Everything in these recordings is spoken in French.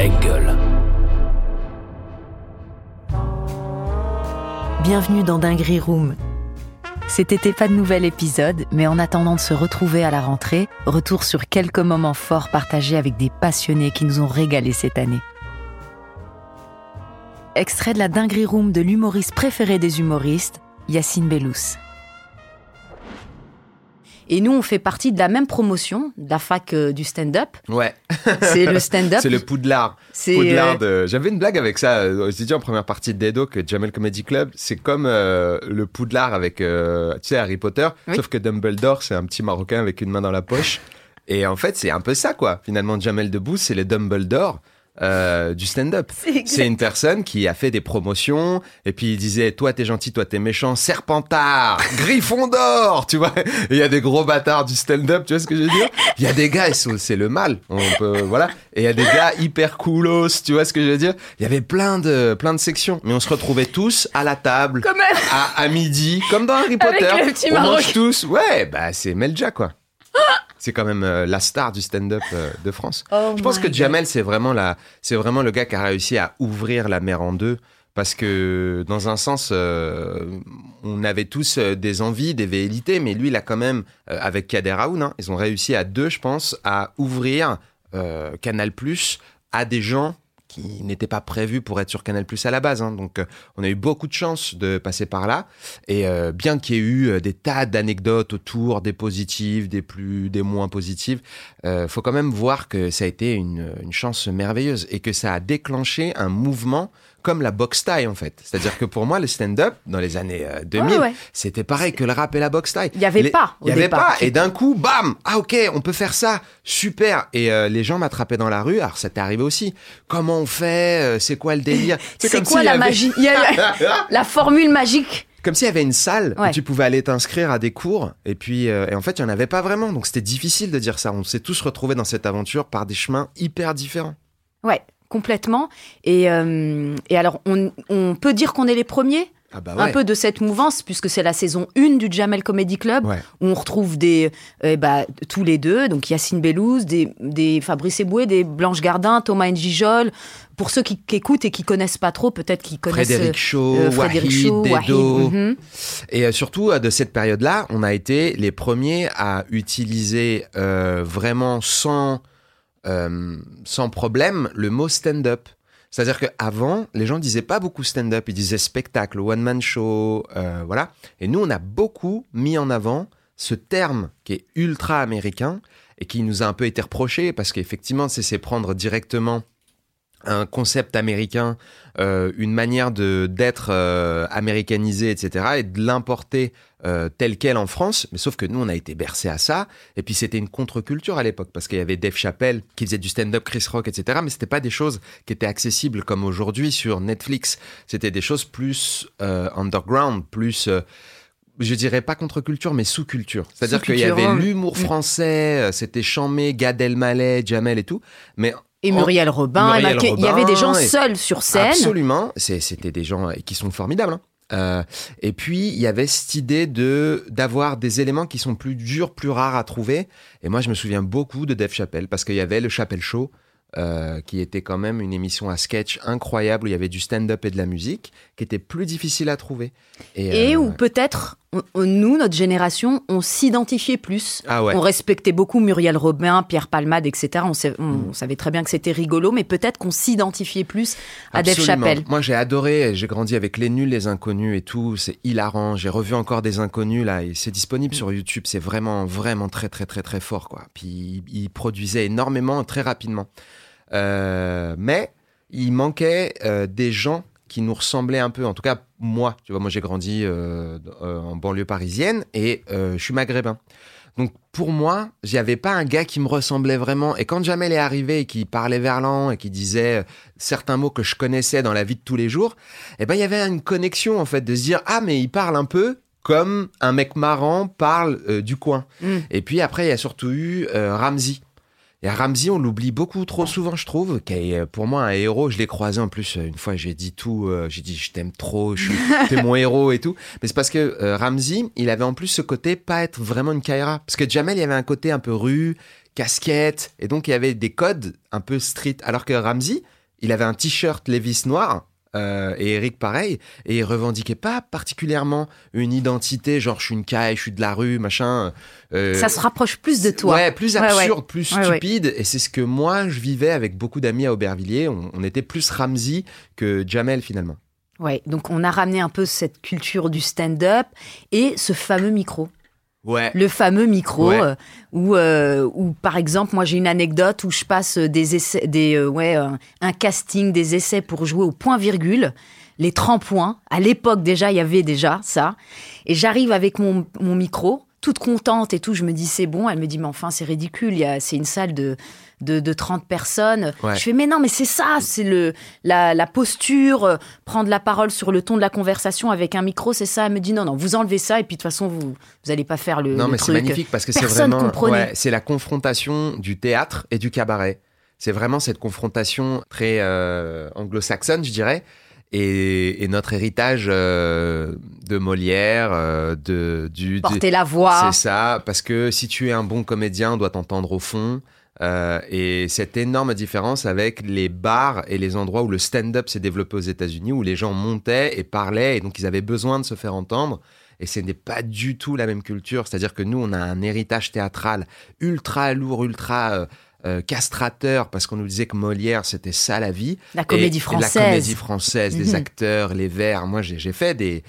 Angle. Bienvenue dans Dinguerie Room. Cet été, pas de nouvel épisode, mais en attendant de se retrouver à la rentrée, retour sur quelques moments forts partagés avec des passionnés qui nous ont régalés cette année. Extrait de la Dinguerie Room de l'humoriste préféré des humoristes, Yacine Bellous. Et nous, on fait partie de la même promotion, de la fac du stand-up. Ouais. C'est le stand-up. C'est le Poudlard. J'avais une blague avec ça aux étudiants en première partie de Dedo, que Jamel Comedy Club, c'est comme le Poudlard avec, tu sais, Harry Potter, oui. Sauf que Dumbledore, c'est un petit Marocain avec une main dans la poche. Et en fait, c'est un peu ça, quoi. Finalement, Jamel Debbouze, c'est le Dumbledore du stand-up. C'est une personne qui a fait des promotions et puis il disait toi t'es gentil, toi t'es méchant, Serpentard, Gryffondor, tu vois. Et il y a des gros bâtards du stand-up, tu vois ce que je veux dire. Il y a des gars, c'est le mal, on peut, voilà. Et il y a des gars hyper coolos, tu vois ce que je veux dire. Il y avait plein de sections, mais on se retrouvait tous à la table à midi, comme dans Harry Potter. Avec le petit on mange tous. Ouais, bah c'est Melja, quoi. C'est quand même la star du stand-up de France. Je pense que Jamel, c'est vraiment le gars qui a réussi à ouvrir la mer en deux. Parce que, dans un sens, on avait tous des envies, des velléités. Mais lui, il a quand même, avec Kader Aoun, hein, ils ont réussi à deux, je pense, à ouvrir Canal+ à des gens qui n'étaient pas prévus pour être sur Canal+ à la base. Hein. Donc, on a eu beaucoup de chance de passer par là. Et bien qu'il y ait eu des tas d'anecdotes autour, des positives, des moins positives, faut quand même voir que ça a été une chance merveilleuse et que ça a déclenché un mouvement comme la boxe thaï, en fait. C'est-à-dire que pour moi, le stand-up, dans les années 2000, c'était pareil que le rap et la boxe thaï. Il n'y avait pas. Il n'y avait pas. Et d'un coup, bam! Ah, ok, on peut faire ça. Super. Et les gens m'attrapaient dans la rue. Alors, ça t'est arrivé aussi. Comment on fait? C'est quoi le délire? C'est quoi la magie? Il y a la formule magique. Comme s'il y avait une salle où tu pouvais aller t'inscrire à des cours. Et puis, et en fait, il n'y en avait pas vraiment. Donc, c'était difficile de dire ça. On s'est tous retrouvés dans cette aventure par des chemins hyper différents. Ouais. Complètement. Et alors, on peut dire qu'on est les premiers un peu de cette mouvance, puisque c'est la saison 1 du Jamel Comedy Club, où on retrouve tous les deux, donc Yacine Bellous, des Fabrice Eboué, des Blanche Gardin, Thomas Njijol. Pour ceux qui écoutent et qui connaissent pas trop, peut-être qu'ils connaissent Frédéric Shaw, Dedo. Et surtout, de cette période-là, on a été les premiers à utiliser vraiment sans problème le mot stand-up. C'est-à-dire qu'avant, les gens disaient pas beaucoup stand-up, ils disaient spectacle, one-man show, voilà. Et nous, on a beaucoup mis en avant ce terme qui est ultra américain et qui nous a un peu été reproché parce qu'effectivement, c'est prendre directement un concept américain, une manière d'être américanisé, etc., et de l'importer tel quel en France. Mais sauf que nous, on a été bercés à ça. Et puis, c'était une contre-culture à l'époque, parce qu'il y avait Dave Chappelle qui faisait du stand-up, Chris Rock, etc., mais c'était pas des choses qui étaient accessibles comme aujourd'hui sur Netflix. C'était des choses plus underground, plus... je dirais pas contre-culture, mais sous-culture. C'est-à-dire qu'il y avait l'humour français, c'était Chamé, Gad Elmaleh, Jamel et tout, mais... Et Muriel Robin, il y avait des gens seuls sur scène. Absolument, c'était des gens qui sont formidables. Hein. Et puis, il y avait cette idée d'avoir des éléments qui sont plus durs, plus rares à trouver. Et moi, je me souviens beaucoup de Dave Chappelle, parce qu'il y avait le Chappelle Show, qui était quand même une émission à sketch incroyable, où il y avait du stand-up et de la musique, qui était plus difficile à trouver. Et où peut-être, nous, notre génération, on s'identifiait plus. On respectait beaucoup Muriel Robin, Pierre Palmade, etc. On savait très bien que c'était rigolo, mais peut-être qu'on s'identifiait plus à Dave Chappelle. Moi, j'ai adoré, j'ai grandi avec Les Nuls, Les Inconnus et tout, c'est hilarant. J'ai revu encore des Inconnus, là, et c'est disponible sur YouTube, c'est vraiment, vraiment très, très, très, très fort, quoi. Puis, il produisait énormément, très rapidement. Mais il manquait des gens qui nous ressemblaient un peu, en tout cas moi, tu vois, moi j'ai grandi en banlieue parisienne et je suis maghrébin. Donc pour moi, il n'y avait pas un gars qui me ressemblait vraiment. Et quand Jamel est arrivé et qui parlait verlan et qui disait certains mots que je connaissais dans la vie de tous les jours, eh ben il y avait une connexion en fait de se dire ah mais il parle un peu comme un mec marrant parle du coin. Et puis après il y a surtout eu Ramzy. Et Ramzy, on l'oublie beaucoup trop souvent, je trouve, qui est pour moi un héros. Je l'ai croisé en plus une fois, j'ai dit tout, j'ai dit je t'aime trop, t'es mon héros et tout. Mais c'est parce que Ramzy, il avait en plus ce côté pas être vraiment une Kaira. Parce que Jamel, il y avait un côté un peu rue, casquette. Et donc, il y avait des codes un peu street. Alors que Ramzy, il avait un t-shirt Levi's noir. Et Eric pareil, et il revendiquait pas particulièrement une identité, genre je suis une caille, je suis de la rue, machin. Ça se rapproche plus de toi. Ouais, plus absurde, plus stupide. Et c'est ce que moi je vivais avec beaucoup d'amis à Aubervilliers. On était plus Ramzy que Jamel finalement. Ouais, donc on a ramené un peu cette culture du stand-up et ce fameux micro. Ouais. Le fameux micro où par exemple, moi j'ai une anecdote où je passe des essais, un casting, des essais pour jouer au point-virgule, les 30 points. À l'époque déjà, il y avait déjà ça. Et j'arrive avec mon micro, toute contente et tout. Je me dis c'est bon. Elle me dit mais enfin c'est ridicule. C'est une salle de 30 personnes. Ouais. Je fais mais non mais c'est ça, c'est la posture, prendre la parole sur le ton de la conversation avec un micro, c'est ça. Elle me dit non vous enlevez ça et puis de toute façon vous allez pas faire le non mais truc. C'est magnifique parce que personne c'est vraiment c'est la confrontation du théâtre et du cabaret. C'est vraiment cette confrontation très anglo-saxonne je dirais. Et notre héritage de Molière, porter la voix. C'est ça, parce que si tu es un bon comédien, on doit t'entendre au fond. Et cette énorme différence avec les bars et les endroits où le stand-up s'est développé aux États-Unis, où les gens montaient et parlaient, et donc ils avaient besoin de se faire entendre. Et ce n'est pas du tout la même culture. C'est-à-dire que nous, on a un héritage théâtral ultra lourd, ultra castrateur, parce qu'on nous disait que Molière, c'était ça la vie. La comédie française. La comédie française, les acteurs, les vers. Moi, j'ai fait des...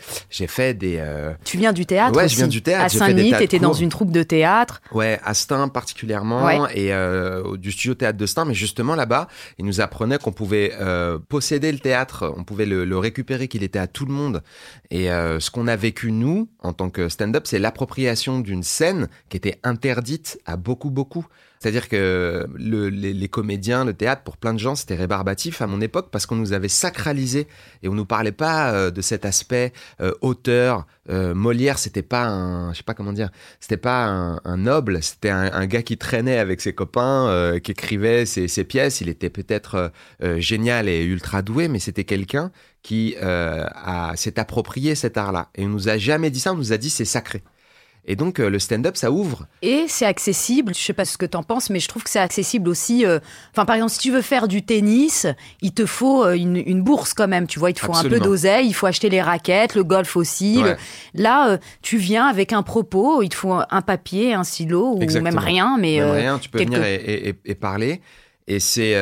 Tu viens du théâtre aussi. Ouais, je viens du théâtre. À Saint-Denis, t'étais dans une troupe de théâtre. Ouais, à Stein particulièrement, et du studio théâtre de Stein. Mais justement, là-bas, ils nous apprenaient qu'on pouvait posséder le théâtre, on pouvait le récupérer, qu'il était à tout le monde. Et ce qu'on a vécu, nous, en tant que stand-up, c'est l'appropriation d'une scène qui était interdite à beaucoup. C'est-à-dire que les comédiens, le théâtre, pour plein de gens, c'était rébarbatif à mon époque parce qu'on nous avait sacralisé et on nous parlait pas de cet aspect auteur. Molière, c'était pas c'était pas un noble, c'était un gars qui traînait avec ses copains, qui écrivait ses pièces. Il était peut-être génial et ultra doué, mais c'était quelqu'un qui s'est approprié cet art-là. Et on nous a jamais dit ça, on nous a dit c'est sacré. Et donc, le stand-up, ça ouvre. Et c'est accessible. Je sais pas ce que t'en penses, mais je trouve que c'est accessible aussi. Par exemple, si tu veux faire du tennis, il te faut une bourse quand même. Tu vois, il te faut Absolument. Un peu d'oseille. Il faut acheter les raquettes, le golf aussi. Ouais. Là, tu viens avec un propos. Il te faut un papier, un stylo ou Exactement. même rien. Mais même rien, tu peux venir et parler. Et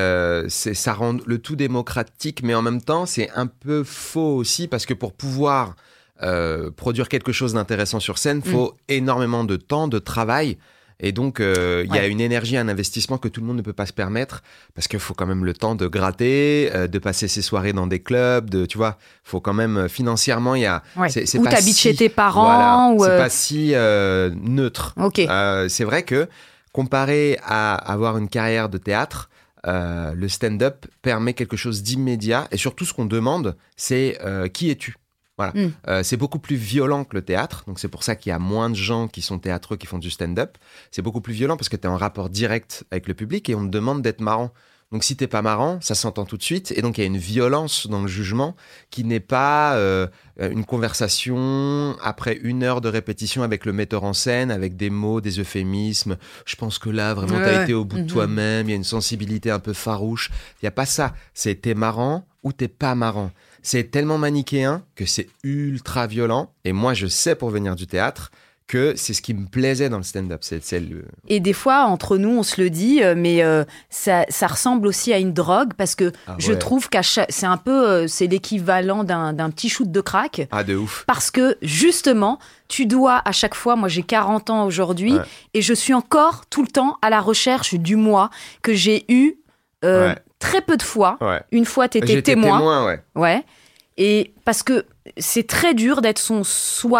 ça rend le tout démocratique, mais en même temps, c'est un peu faux aussi parce que pour pouvoir produire quelque chose d'intéressant sur scène, faut énormément de temps, de travail. Et donc, il y a une énergie, un investissement que tout le monde ne peut pas se permettre parce qu'il faut quand même le temps de gratter, de passer ses soirées dans des clubs, tu vois, faut quand même financièrement, il y a... Ou t'habites chez tes parents. Voilà, c'est pas si neutre. Okay. C'est vrai que comparé à avoir une carrière de théâtre, le stand-up permet quelque chose d'immédiat et surtout ce qu'on demande, c'est qui es-tu ? Voilà. C'est beaucoup plus violent que le théâtre, donc c'est pour ça qu'il y a moins de gens qui sont théâtreux qui font du stand-up. C'est beaucoup plus violent parce que tu es en rapport direct avec le public et on te demande d'être marrant. Donc si t'es pas marrant, ça s'entend tout de suite et donc il y a une violence dans le jugement qui n'est pas une conversation après 1 heure de répétition avec le metteur en scène, avec des mots, des euphémismes. Je pense que là, vraiment, t'as été au bout de toi-même, il y a une sensibilité un peu farouche. Il y a pas ça. C'est t'es marrant ou t'es pas marrant. C'est tellement manichéen que c'est ultra violent. Et moi, je sais pour venir du théâtre que c'est ce qui me plaisait dans le stand-up. Et des fois, entre nous, on se le dit, mais ça ressemble aussi à une drogue parce que je trouve c'est un peu c'est l'équivalent d'un petit shoot de crack. Ah, de ouf. Parce que justement, tu dois à chaque fois, moi j'ai 40 ans aujourd'hui et je suis encore tout le temps à la recherche du moi que j'ai eu très peu de fois. Une fois, t'étais témoin. Ouais. Et parce que c'est très dur d'être son soi.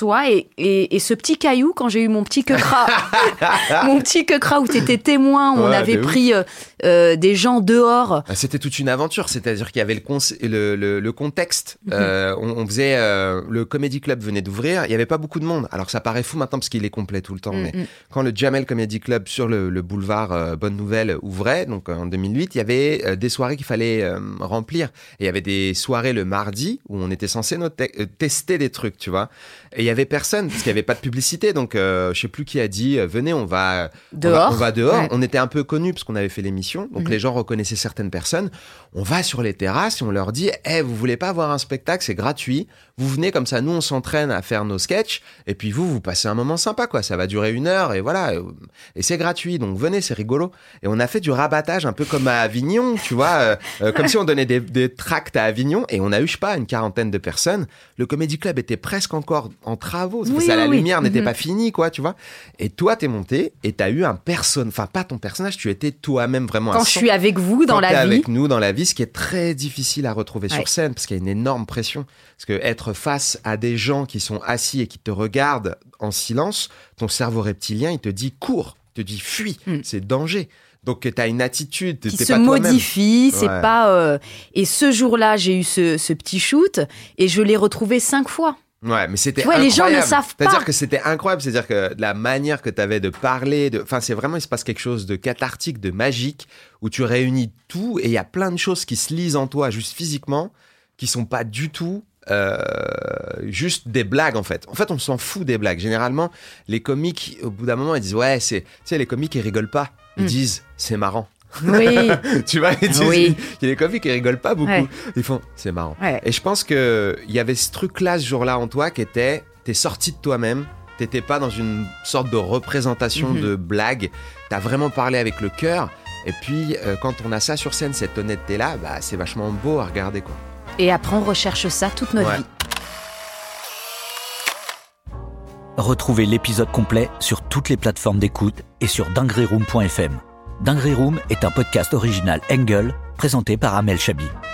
Et ce petit caillou, quand j'ai eu mon petit quecras, où t'étais témoin, on avait pris des gens dehors. C'était toute une aventure, c'est-à-dire qu'il y avait le contexte. On faisait le Comedy Club venait d'ouvrir, il y avait pas beaucoup de monde. Alors ça paraît fou maintenant parce qu'il est complet tout le temps, mais quand le Jamel Comedy Club sur le boulevard Bonne Nouvelle ouvrait, donc en 2008, il y avait des soirées qu'il fallait remplir. Et il y avait des soirées le mardi où on était censé tester des trucs, tu vois. Et il y avait personne parce qu'il y avait pas de publicité, donc je sais plus qui a dit venez, on va dehors. On va dehors. Ouais. On était un peu connus parce qu'on avait fait l'émission, donc les gens reconnaissaient certaines personnes. On va sur les terrasses et on leur dit vous voulez pas voir un spectacle, c'est gratuit. Vous venez comme ça, nous on s'entraîne à faire nos sketchs et puis vous passez un moment sympa quoi. Ça va durer 1 heure et voilà. Et c'est gratuit, donc venez, c'est rigolo. Et on a fait du rabattage un peu comme à Avignon, tu vois, comme si on donnait des tracts à Avignon et on a eu, je sais pas, une 40aine de personnes. Le Comedy Club était presque encore en travaux, la lumière n'était pas finie, quoi, tu vois. Et toi, t'es monté et t'as eu enfin pas ton personnage, tu étais toi-même vraiment. Quand je suis avec vous dans la vie. Avec nous dans la vie, ce qui est très difficile à retrouver sur scène parce qu'il y a une énorme pression. Parce que être face à des gens qui sont assis et qui te regardent en silence, ton cerveau reptilien, il te dit cours, il te dit fuis, c'est danger. Donc t'as une attitude, qui se modifie, c'est pas. Et ce jour-là, j'ai eu ce petit shoot et je l'ai retrouvé 5 fois. Ouais, mais c'était incroyable. Les gens ne savent pas. C'est-à-dire que c'était incroyable, c'est-à-dire que la manière que t'avais de parler, enfin c'est vraiment, il se passe quelque chose de cathartique, de magique, où tu réunis tout et il y a plein de choses qui se lisent en toi, juste physiquement, qui sont pas du tout juste des blagues en fait. En fait, on s'en fout des blagues. Généralement, les comiques, au bout d'un moment, ils disent ouais, tu sais, les comiques ils rigolent pas. Ils disent c'est marrant. Oui. Tu vois, ils disent, il y a des comiques qui rigolent pas beaucoup. Ouais. Ils font c'est marrant. Ouais. Et je pense que il y avait ce truc-là ce jour-là en toi qui était t'es sorti de toi-même. T'étais pas dans une sorte de représentation de blague. T'as vraiment parlé avec le cœur. Et puis quand on a ça sur scène, cette honnêteté-là, bah c'est vachement beau à regarder quoi. Et après, on recherche ça toute notre vie. Retrouvez l'épisode complet sur toutes les plateformes d'écoute et sur dingueryroom.fm. Dinguery Room est un podcast original Engel, présenté par Amel Chabi.